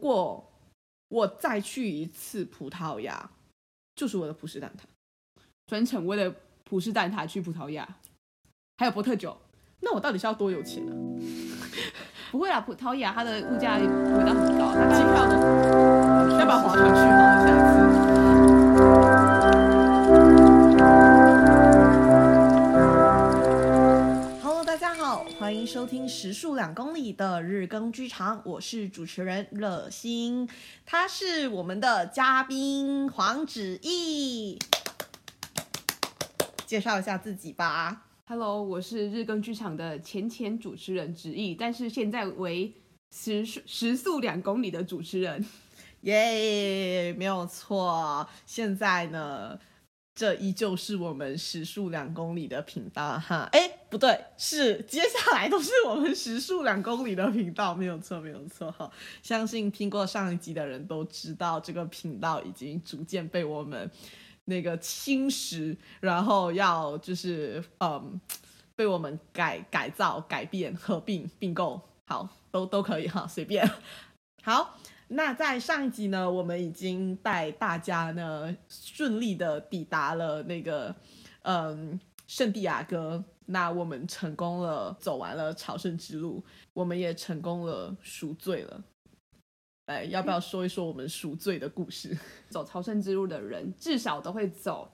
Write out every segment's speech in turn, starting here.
果我再去一次葡萄牙，就是我的葡式蛋挞， 专程为了葡式蛋挞去葡萄牙，还有波特酒， 那我到底是要多有钱啊？ 不会啦，葡萄牙它的物价也不会到很高， 机票呢？要不要划船去好了？下一次。大家好，欢迎收听时速2公里的日更剧场，我是主持人乐欣，他是我们的嘉宾黄芷毅，介绍一下自己吧。 Hello， 我是日更剧场的前主持人芷毅，但是现在为时速2公里的主持人。 耶，没有错。现在呢，这依旧是我们时速2公里的频道哈。不对，是接下来都是我们时速2公里的频道，没有错，没有错哈。相信听过上一集的人都知道，这个频道已经逐渐被我们那个侵蚀，然后要就是被我们改造、改变、合并、并购，好，都可以哈，随便。好，那在上一集呢，我们已经带大家呢顺利的抵达了那个圣地亚哥，那我们成功了走完了朝圣之路，我们也成功了赎罪了。来，要不要说一说我们赎罪的故事？ 走朝圣之路的人至少都会走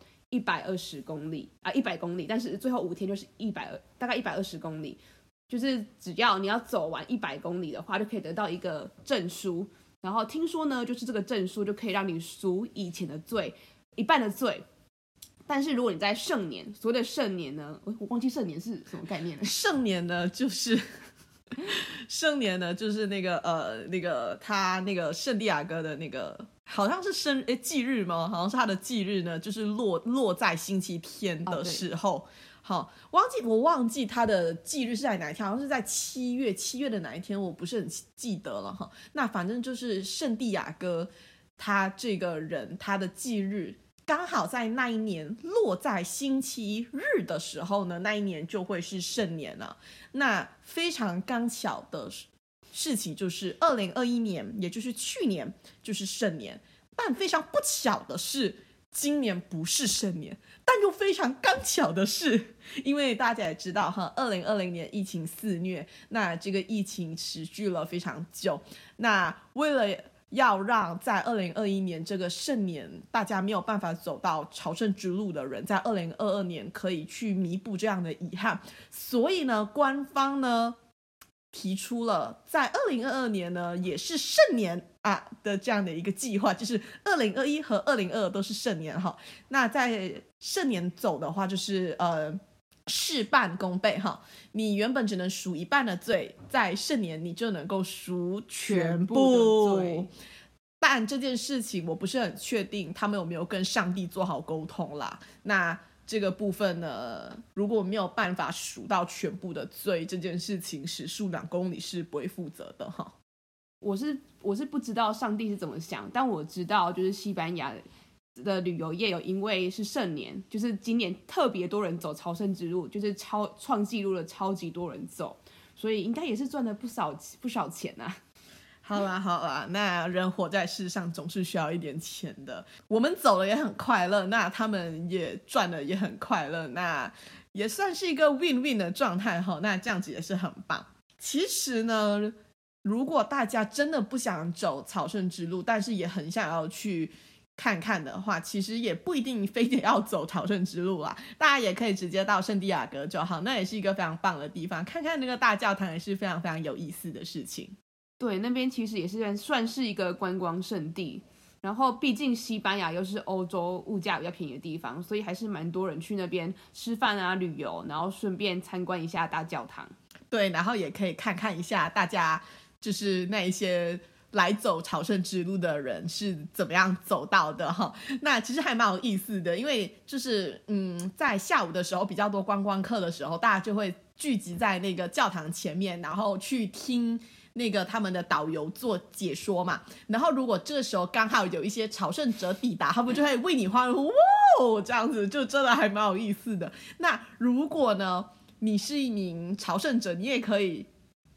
120公里啊，100公里，但是最后5天就是大概120公里，就是只要你要走完100公里的话，就可以得到一个证书。然后听说呢，就是这个证书就可以让你赎以前的罪，一半的罪。但是如果你在圣年，所谓的圣年呢，我忘记圣年是什么概念了。 圣年呢，就是圣年呢，就是那个他那个圣地亚哥的那个好像是忌日吗？好像是他的忌日呢，就是落在星期天的时候。好，我忘记他的忌日是在哪一天，好像是在7月的哪一天，我不是很记得了哈。那反正就是圣地亚哥他这个人，他的忌日刚好在那一年落在星期日的时候呢，那一年就会是圣年了。那非常刚巧的事情就是2021年，也就是去年就是圣年，但非常不巧的是今年不是圣年，但又非常刚巧的是，因为大家也知道哈，2020年疫情肆虐，那这个疫情持续了非常久，那为了要让在2021年这个圣年大家没有办法走到朝圣之路的人，在2022年可以去弥补这样的遗憾，所以呢，官方呢提出了在2022年呢也是圣年的这样的一个计划，就是2021和2022都是圣年哈。那在圣年走的话，就是事半功倍哈。你原本只能赎一半的罪，在圣年你就能够赎全部的罪。但这件事情我不是很确定他们有没有跟上帝做好沟通啦。那这个部分呢，如果没有办法赎到全部的罪，这件事情时速2公里是不会负责的哈。 我是不知道上帝是怎么想，但我知道就是西班牙的旅游业有因为是圣年，就是今年特别多人走朝圣之路，就是创纪录了，超级多人走，所以应该也是赚了不少钱啊。 好啦，那人活在世上总是需要一点钱的，我们走了也很快乐，那他们也赚了也很快乐，那也算是一个 win-win 的状态哈，那这样子也是很棒。其实呢，如果大家真的不想走朝圣之路，但是也很想要去看看的话，其实也不一定非得要走朝圣之路啦，大家也可以直接到圣地亚哥就好，那也是一个非常棒的地方，看看那个大教堂也是非常非常有意思的事情。 对，那边其实也是算是一个观光胜地，然后毕竟西班牙又是欧洲物价比较便宜的地方，所以还是蛮多人去那边吃饭啊、旅游，然后顺便参观一下大教堂。 对，然后也可以看看一下大家就是那一些来走朝圣之路的人是怎么样走到的哈。那其实还蛮有意思的，因为就是在下午的时候比较多观光客的时候，大家就会聚集在那个教堂前面，然后去听那个他们的导游做解说嘛，然后如果这时候刚好有一些朝圣者抵达，他们就会为你欢呼，哇，这样子就真的还蛮有意思的。那如果呢你是一名朝圣者，你也可以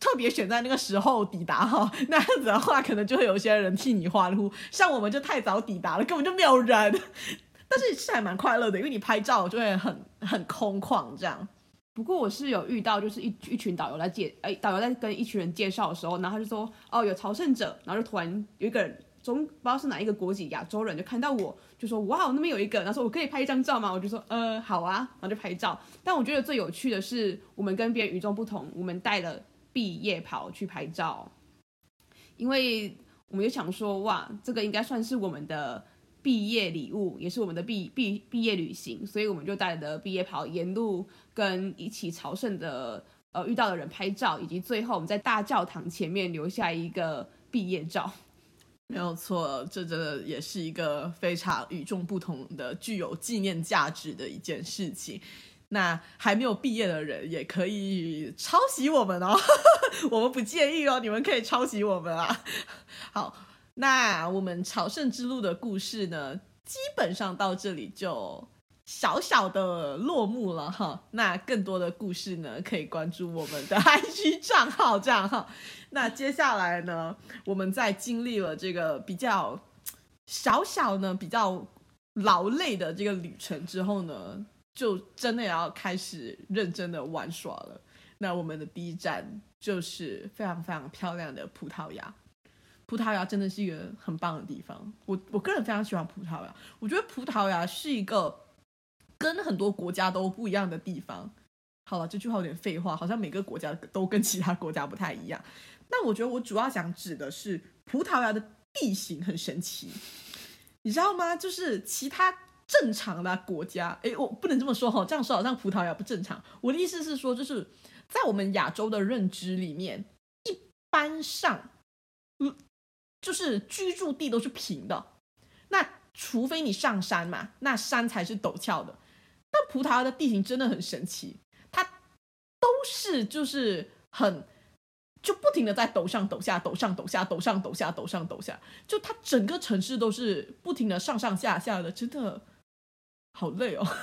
特别选在那个时候抵达哈，那样子的话可能就会有一些人替你欢呼，像我们就太早抵达了，根本就没有人，但是还蛮快乐的，因为你拍照就会很空旷这样。 不过我是有遇到，就是一群导游导游在跟一群人介绍的时候，然后他就说哦有朝圣者，然后就突然有一个人不知道是哪一个国籍亚洲人就看到我就说哇那边有一个，然后说我可以拍一张照吗？我就说好啊，然后就拍照。但我觉得最有趣的是我们跟别人与众不同，我们带了毕业袍去拍照，因为我们就想说哇这个应该算是我们的毕业礼物，也是我们的毕业旅行，所以我们就带了毕业袍，沿路跟一起朝圣的遇到的人拍照，以及最后我们在大教堂前面留下一个毕业照。 没有错，这真的也是一个非常与众不同的、具有纪念价值的一件事情。那还没有毕业的人也可以抄袭我们哦，我们不介意哦，你们可以抄袭我们啊。好。那我们朝圣之路的故事呢，基本上到这里就小小的落幕了哈。那更多的故事呢，可以关注我们的 IG 账号这样哈。那接下来呢，我们在经历了这个比较小呢比较劳累的这个旅程之后呢，就真的要开始认真的玩耍了。那我们的第一站就是非常非常漂亮的葡萄牙。葡萄牙真的是一个很棒的地方，我个人非常喜欢葡萄牙。我觉得葡萄牙是一个跟很多国家都不一样的地方。好了，这句话有点废话，好像每个国家都跟其他国家不太一样。那我觉得我主要想指的是葡萄牙的地形很神奇，你知道吗？就是其他正常的国家，我不能这么说哈，这样说好像葡萄牙不正常。我的意思是说，就是在我们亚洲的认知里面，一般上就是居住地都是平的，那除非你上山嘛，那山才是陡峭的。但葡萄牙的地形真的很神奇，它都是就是就不停的在陡上陡下陡上陡下陡上陡下陡上陡下，就它整个城市都是不停的上上下下的，真的好累哦。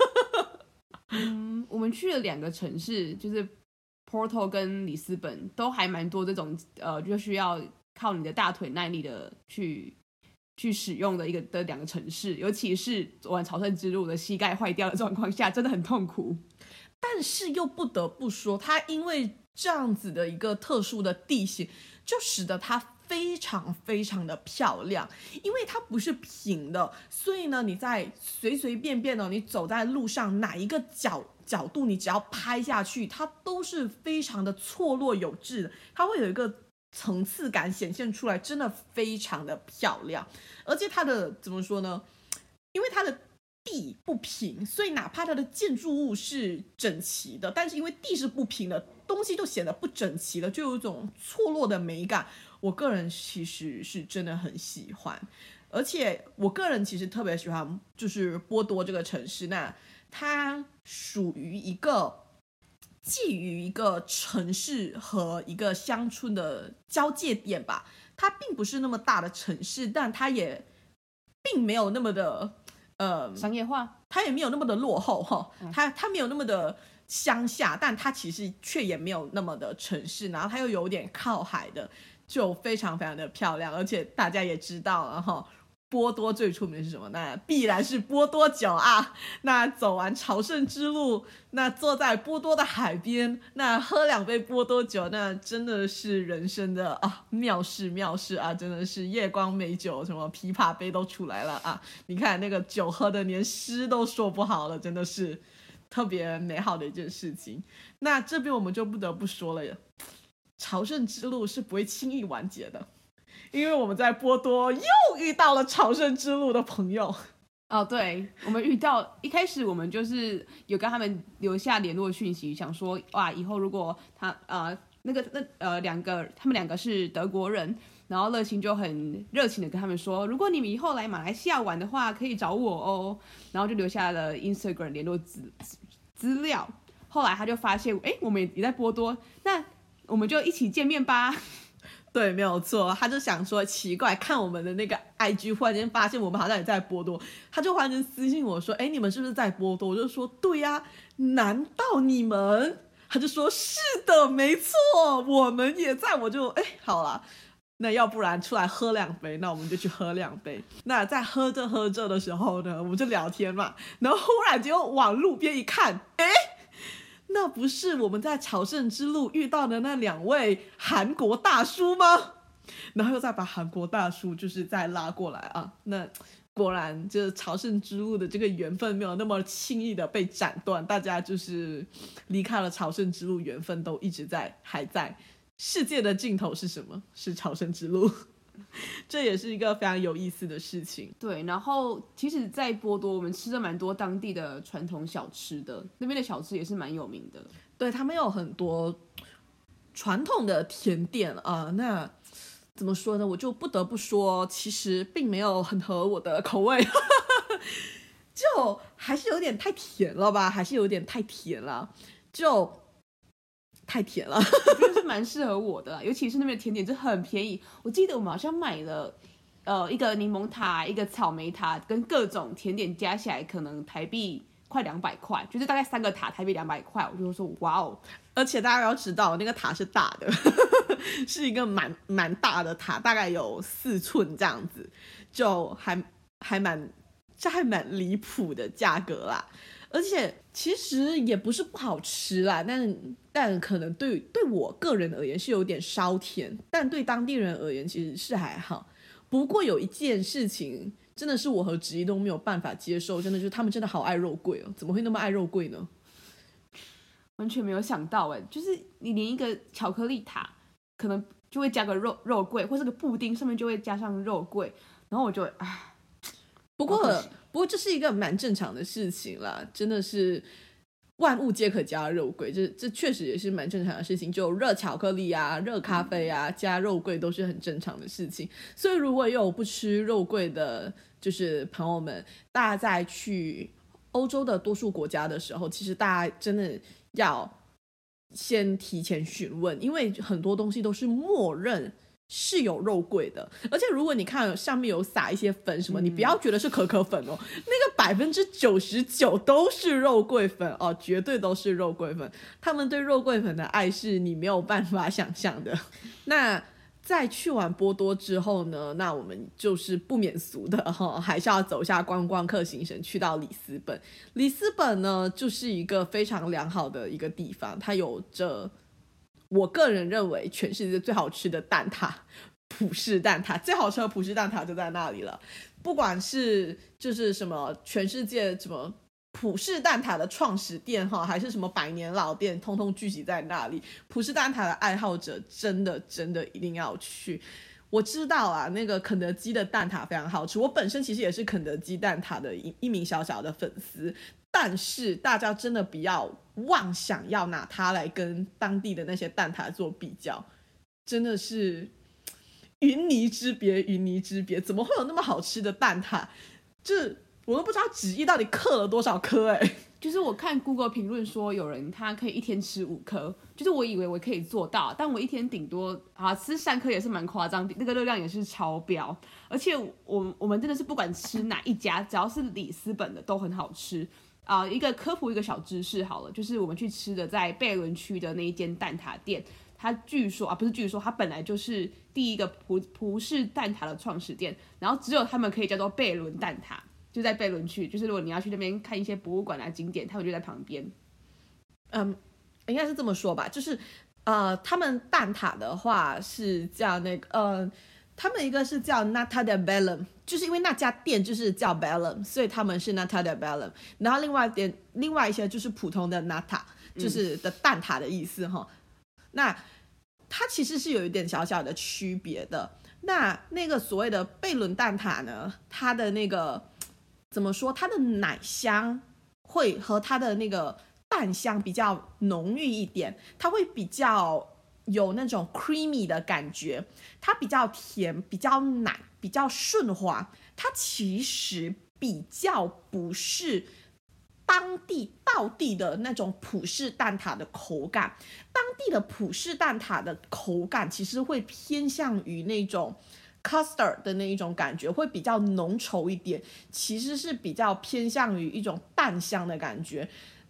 我们去了2个城市，就是 Porto 跟里斯本，都还蛮多这种就需要靠你的大腿耐力的去使用的2个城市，尤其是走完朝圣之路的膝盖坏掉的状况下，真的很痛苦。 但是又不得不说，它因为这样子的一个特殊的地形，就使得它非常非常的漂亮。因为它不是平的，所以呢，你在随随便便的你走在路上，哪一个角度你只要拍下去，它都是非常的错落有致的，它会有一个层次感显现出来，真的非常的漂亮。而且它的怎么说呢？因为它的地不平，所以哪怕它的建筑物是整齐的，但是因为地是不平的，东西就显得不整齐了，就有一种错落的美感。我个人其实是真的很喜欢，而且我个人其实特别喜欢就是波多这个城市。那它属于一个介于一个城市和一个乡村的交界点吧。它并不是那么大的城市，但它也并没有那么的商业化， 它也没有那么的落后哈，它没有那么的乡下，但它其实却也没有那么的城市，然后它又有点靠海的，就非常非常的漂亮。而且大家也知道了哈，波多最出名的是什么？那必然是波多酒啊。那走完朝圣之路，那坐在波多的海边，那喝2杯波多酒，那真的是人生的妙事啊！真的是夜光美酒，什么琵琶杯都出来了啊！你看那个酒喝的连诗都说不好了，真的是特别美好的一件事情。那这边我们就不得不说了，朝圣之路是不会轻易完结的。因为我们在波多又遇到了朝圣之路的朋友。 对，我们一开始我们就是有跟他们留下联络讯息，想说哇，以后如果他他们2个是德国人，然后乐清就很热情的跟他们说，如果你们以后来马来西亚玩的话，可以找我哦。然后就留下了 Instagram 联络资料。后来他就发现，我们也在波多，那我们就一起见面吧。 对，没有错，他就想说奇怪，看我们的那个 IG， 忽然间发现我们好像也在波多，他就忽然间私信我说，你们是不是在波多？我就说对呀，难道你们？ 他就说是的没错，我们也在。我就好啦，那要不然出来喝2杯，那我们就去喝2杯。那在喝着的时候呢，我们就聊天嘛，然后忽然就往路边一看，那不是我们在朝圣之路遇到的那2位韩国大叔吗？然后又再把韩国大叔就是再拉过来啊，那果然就是朝圣之路的这个缘分没有那么轻易的被斩断，大家就是离开了朝圣之路，缘分都一直还在。世界的尽头是什么？是朝圣之路。这也是一个非常有意思的事情。 对，然后其实在波多我们吃了蛮多当地的传统小吃的，那边的小吃也是蛮有名的。 对，他们有很多传统的甜点啊，那怎么说呢，我就不得不说其实并没有很合我的口味。就还是有点太甜了吧，还是有点太甜了，就太甜了。 我觉得是蛮适合我的，尤其是那边的甜点就很便宜。我记得我们好像买了一个柠檬塔，一个草莓塔，跟各种甜点加起来可能台币快200块，就是大概3个塔台币200块。我就说哇哦！ 而且大家要知道那个塔是大的，是一个蛮大的塔，大概有4寸这样子，就还蛮离谱的价格啦。而且其实也不是不好吃啦，但可能对我个人而言是有点稍甜，但对当地人而言其实是还好。不过有一件事情真的是我和直一都没有办法接受，真的就是他们真的好爱肉桂哦，怎么会那么爱肉桂呢？ 完全没有想到就是你连一个巧克力塔可能就会加个肉桂，或是个布丁上面就会加上肉桂，然后我就不过这是一个蛮正常的事情啦，真的是万物皆可加肉桂，这确实也是蛮正常的事情，就热巧克力啊、热咖啡啊，加肉桂都是很正常的事情。所以如果有不吃肉桂的就是朋友们，大家在去欧洲的多数国家的时候，其实大家真的要先提前询问，因为很多东西都是默认是有肉桂的。而且如果你看上面有撒一些粉什么，你不要觉得是可可粉哦，那个99%都是肉桂粉哦，绝对都是肉桂粉。他们对肉桂粉的爱是你没有办法想象的。那在去完波多之后呢，那我们就是不免俗的还是要走下观光客行程，去到里斯本。里斯本呢就是一个非常良好的一个地方，它有着我个人认为全世界最好吃的蛋挞，普式蛋挞，最好吃的普式蛋挞就在那里了。不管是就是什么全世界什么普式蛋挞的创始店还是什么100年老店，通通聚集在那里。普式蛋挞的爱好者真的一定要去。我知道啊，那个肯德基的蛋挞非常好吃，我本身其实也是肯德基蛋挞的一名小小的粉丝，但是大家真的不要妄想要拿它来跟当地的那些蛋挞做比较，真的是云泥之别，怎么会有那么好吃的蛋挞？我都不知道旨意到底刻了多少颗就是我看 Google 评论说有人他可以一天吃5颗，就是我以为我可以做到，但我一天顶多吃3颗也是蛮夸张，那个热量也是超标。而且我们真的是不管吃哪一家，只要是里斯本的都很好吃。一个科普一个小知识好了，就是我们去吃的在贝伦区的那一间蛋挞店，它据说不是据说，它本来就是第一个葡式蛋挞的创始店，然后只有他们可以叫做贝伦蛋挞，就在贝伦区，就是如果你要去那边看一些博物馆景点，他们就在旁边。 应该是这么说吧，就是他们蛋挞的话是叫那个他们一个是叫 Nata de Bellum， 就是因为那家店就是叫 Bellum， 所以他们是 Nata de Bellum。然后另外一些就是普通的 Nata， 就是的蛋挞的意思那它其实是有一点小小的区别的。那个所谓的贝伦蛋挞呢，它的那个怎么说，它的奶香会和它的那个蛋香比较浓郁一点，它会比较有那种 creamy 的感觉，它比较甜，比较奶，比较顺滑。它其实比较不是道地的那种普式蛋挞的口感，当地的普式蛋挞的口感其实会偏向于那种 custard 的那一种感觉，会比较浓稠一点，其实是比较偏向于一种蛋香的感觉。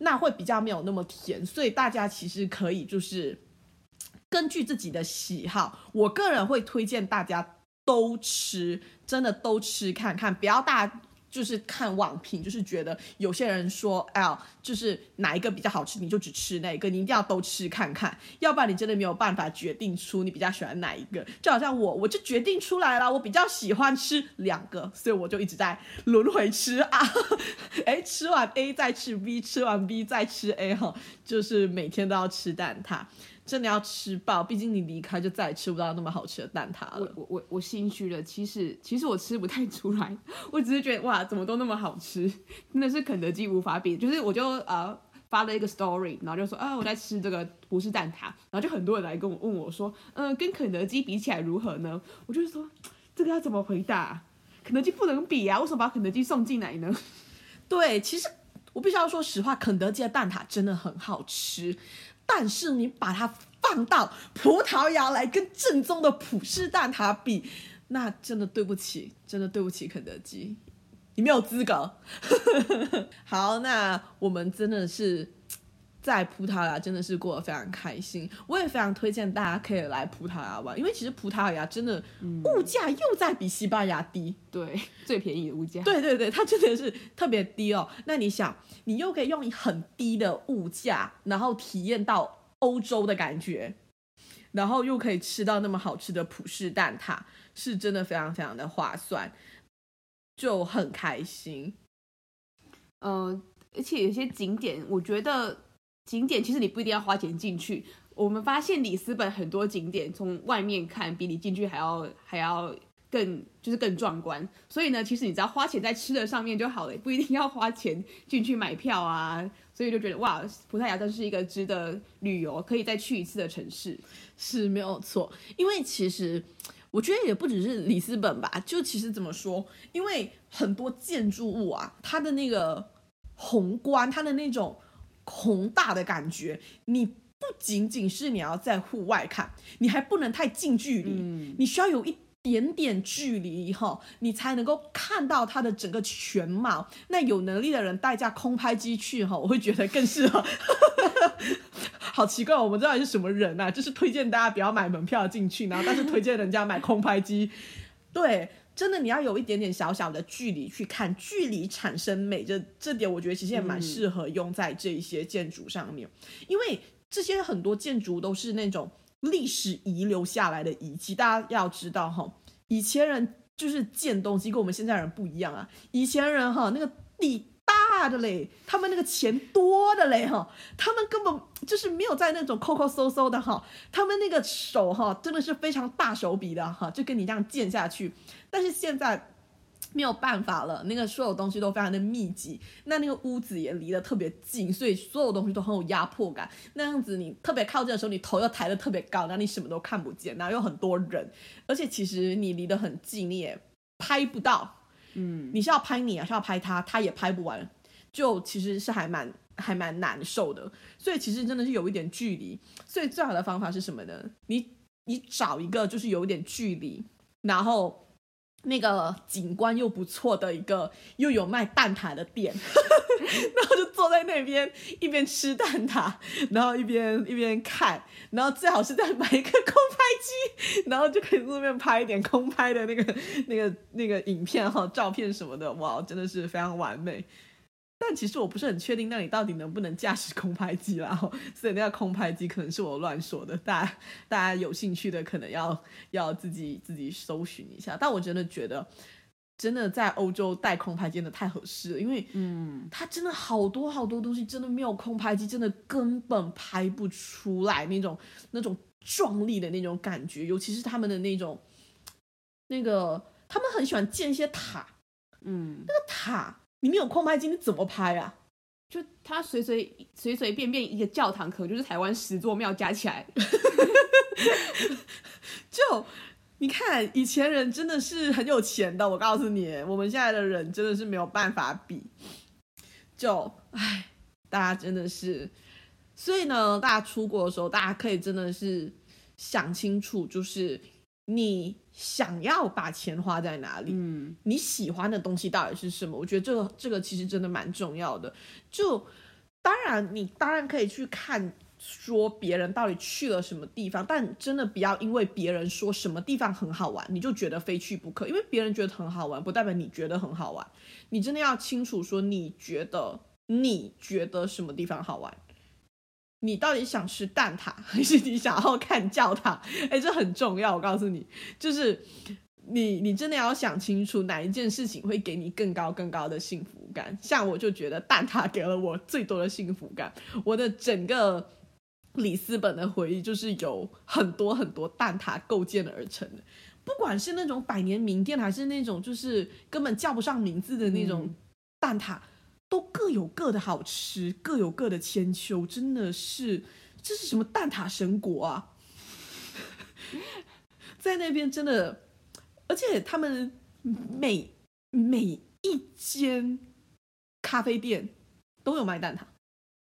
那会比较没有那么甜，所以大家其实可以就是根据自己的喜好，我个人会推荐大家都吃，真的都吃看看，不要就是看网评，就是觉得有些人说，哎，就是哪一个比较好吃，你就只吃那个，你一定要都吃看看，要不然你真的没有办法决定出你比较喜欢哪一个。就好像我就决定出来了，我比较喜欢吃2个，所以我就一直在轮回吃啊，哎，吃完 A 再吃 B， 吃完 B 再吃 A 哈，就是每天都要吃蛋挞。真的要吃爆，毕竟你离开就再也吃不到那么好吃的蛋挞了。 我心虚了，其实我吃不太出来，我只是觉得哇，怎么都那么好吃，真的是肯德基无法比。就是我就发了一个 story， 然后就说我在吃这个葡式蛋挞，然后就很多人来问我说，跟肯德基比起来如何呢？我就说这个要怎么回答？肯德基不能比啊，为什么把肯德基送进来呢？ 对，其实我必须要说实话，肯德基的蛋挞真的很好吃。但是你把它放到葡萄牙来跟正宗的葡式蛋挞比，那真的对不起，真的对不起肯德基，你没有资格。好，那我们真的是在葡萄牙真的是过得非常开心，我也非常推荐大家可以来葡萄牙玩，因为其实葡萄牙真的物价又在比西班牙低， 对，最便宜的物价， 对对对，它真的是特别低哦。那你想，你又可以用很低的物价，然后体验到欧洲的感觉，然后又可以吃到那么好吃的葡式蛋挞，是真的非常非常的划算，就很开心。 而且有些景点，我觉得景点其实你不一定要花钱进去。我们发现里斯本很多景点从外面看比你进去还要更壮观，所以呢，其实你只要花钱在吃的上面就好了，不一定要花钱进去买票啊。所以就觉得哇，葡萄牙真是一个值得旅游可以再去一次的城市， 是没有错。因为其实我觉得也不只是里斯本吧，就其实怎么说，因为很多建筑物啊，它的那个宏观，它的那种宏大的感觉，你不仅仅是你要在户外看，你还不能太近距离，你需要有一点点距离哈，你才能够看到它的整个全貌。那有能力的人带架空拍机去哈，我会觉得更适合。好奇怪，我们到底是什么人啊？就是推荐大家不要买门票进去，然后但是推荐人家买空拍机。对，真的你要有一点点小小的距离去看，距离产生美，这点我觉得其实也蛮适合用在这一些建筑上面，因为这些很多建筑都是那种历史遗留下来的遗迹。大家要知道哈，以前人就是建东西跟我们现在人不一样啊，以前人哈那个地大的嘞，他们那个钱多的嘞哈，他们根本就是没有在那种抠抠搜搜的哈，他们那个手哈真的是非常大手笔的哈，就跟你这样建下去。但是现在没有办法了，那个所有东西都非常的密集，那个屋子也离得特别近，所以所有东西都很有压迫感。那样子你特别靠近的时候，你头又抬得特别高，然后你什么都看不见，然后有很多人，而且其实你离得很近，你也拍不到。你是要拍你啊，是要拍他，他也拍不完，就其实是还蛮难受的。所以其实真的是有一点距离，所以最好的方法是什么呢？你找一个就是有一点距离，然后那个景观又不错的一个又有卖蛋挞的店，然后就坐在那边一边吃蛋挞，然后一边看，然后最好是再买一个空拍机，然后就可以在那边拍一点空拍的那个影片哈、照片什么的，哇，真的是非常完美。但其实我不是很确定，那你到底能不能驾驶空拍机啦？所以那个空拍机可能是我乱说的，大家有兴趣的可能要自己搜寻一下。但我真的觉得，真的在欧洲带空拍机真的太合适了，因为它真的好多好多东西真的没有空拍机真的根本拍不出来那种壮丽的那种感觉，尤其是他们的他们很喜欢建一些塔，那个塔。你没有空拍机，你怎么拍啊？ 就它随便一个教堂，可能就是台湾10座庙加起来。 就你看，以前人真的是很有钱的，我告诉你，我们现在的人真的是没有办法比。大家真的是，所以呢，大家出国的时候，大家可以真的是想清楚，就是你想要把钱花在哪里，你喜欢的东西到底是什么？我觉得这个其实真的蛮重要的。就你当然可以去看说别人到底去了什么地方，但真的不要因为别人说什么地方很好玩，你就觉得非去不可。因为别人觉得很好玩，不代表你觉得很好玩。你真的要清楚说你觉得什么地方好玩。你到底想吃蛋挞，还是你想要看教堂？这很重要，我告诉你，就是你真的要想清楚哪一件事情会给你更高的幸福感。像我就觉得蛋挞给了我最多的幸福感，我的整个里斯本的回忆就是有很多蛋挞构建而成的，不管是那种百年名店，还是那种就是根本叫不上名字的那种蛋挞，都各有各的好吃，各有各的千秋，真的是这是什么蛋挞神国啊！在那边真的，而且他们每一间咖啡店都有卖蛋挞。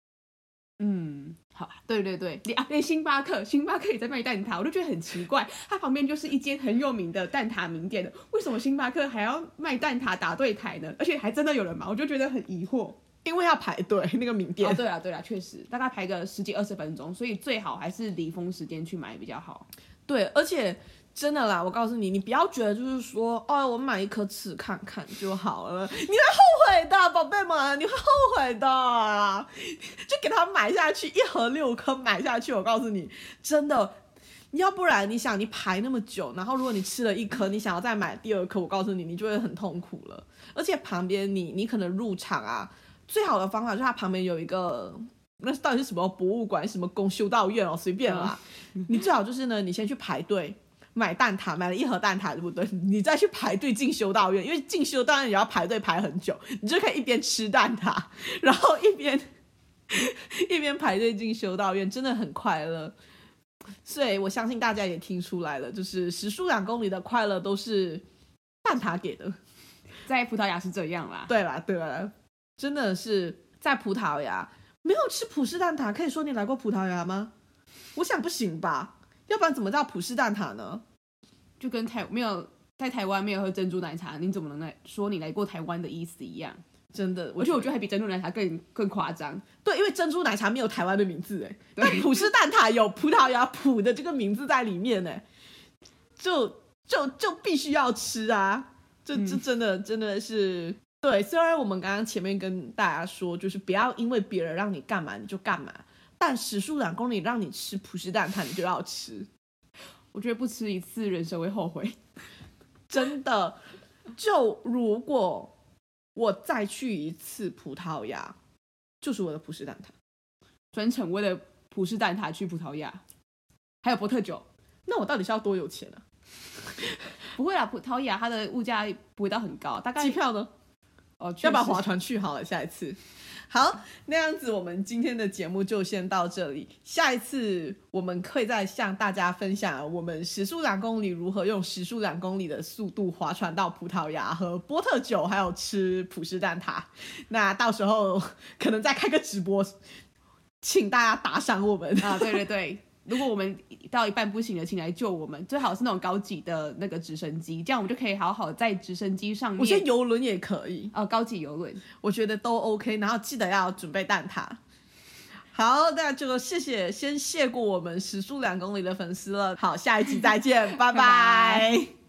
好，对，连星巴克也在卖蛋挞，我就觉得很奇怪，它旁边就是一间很有名的蛋挞名店的，为什么星巴克还要卖蛋挞打对台呢？而且还真的有人买，我就觉得很疑惑。 因为要排队，那个名店。 对啊，确实，大概排个10几20分钟，所以最好还是离峰时间去买比较好。 对，而且真的啦，我告诉你，你不要觉得就是说，我买一颗吃看看就好了，你会后悔的，宝贝们，你会后悔的。就给他买下去，1盒6颗买下去，我告诉你，真的。要不然你想你排那么久，然后如果你吃了1颗，你想要再买第2颗，我告诉你，你就会很痛苦了。而且旁边你可能入场啊，最好的方法就是它旁边有一个，那到底是什么博物馆，什么公修道院随便啦。你最好就是呢，你先去排队买蛋挞，买了1盒蛋挞，对不对？你再去排队进修道院，因为进修道院也要排队排很久，你就可以一边吃蛋挞，然后一边排队进修道院，真的很快乐。所以我相信大家也听出来了，就是时速2公里的快乐都是蛋挞给的。 在葡萄牙是这样啦。 对啦，真的是在葡萄牙没有吃葡式蛋挞，可以说你来过葡萄牙吗？我想不行吧，要不然怎么叫葡式蛋挞呢？ 就跟在台湾没有喝珍珠奶茶，你怎么能说你来过台湾的意思一样？ 真的， 而且我觉得还比珍珠奶茶更夸张。 对，因为珍珠奶茶没有台湾的名字但葡式蛋挞有葡萄牙葡的这个名字在里面就必须要吃啊！这真的是对。虽然我们刚刚前面跟大家说，就是不要因为别人让你干嘛你就干嘛，但时速2公里让你吃葡式蛋挞，你就要吃。 我觉得不吃一次，人生会后悔。 真的，就如果我再去一次葡萄牙，就是我的葡式蛋挞， 专程为了葡式蛋挞去葡萄牙，还有波特酒， 那我到底是要多有钱啊？ 不会啦，葡萄牙它的物价不会到很高，大概。 机票呢？要不要划船去好了？下一次。好，那样子我们今天的节目就先到这里。下一次我们会再向大家分享我们时速2公里如何用时速2公里的速度划船到葡萄牙，喝波特酒，还有吃葡式蛋挞。那到时候可能再开个直播，请大家打赏我们啊！对，如果我们到一半不行了，请来救我们，最好是那种高级的那个直升机，这样我们就可以好好在直升机上面。 我觉得邮轮也可以高级邮轮， 我觉得都 OK。然后记得要准备蛋挞。好，那就先谢过我们时速2公里的粉丝了。好，下一集再见，拜拜。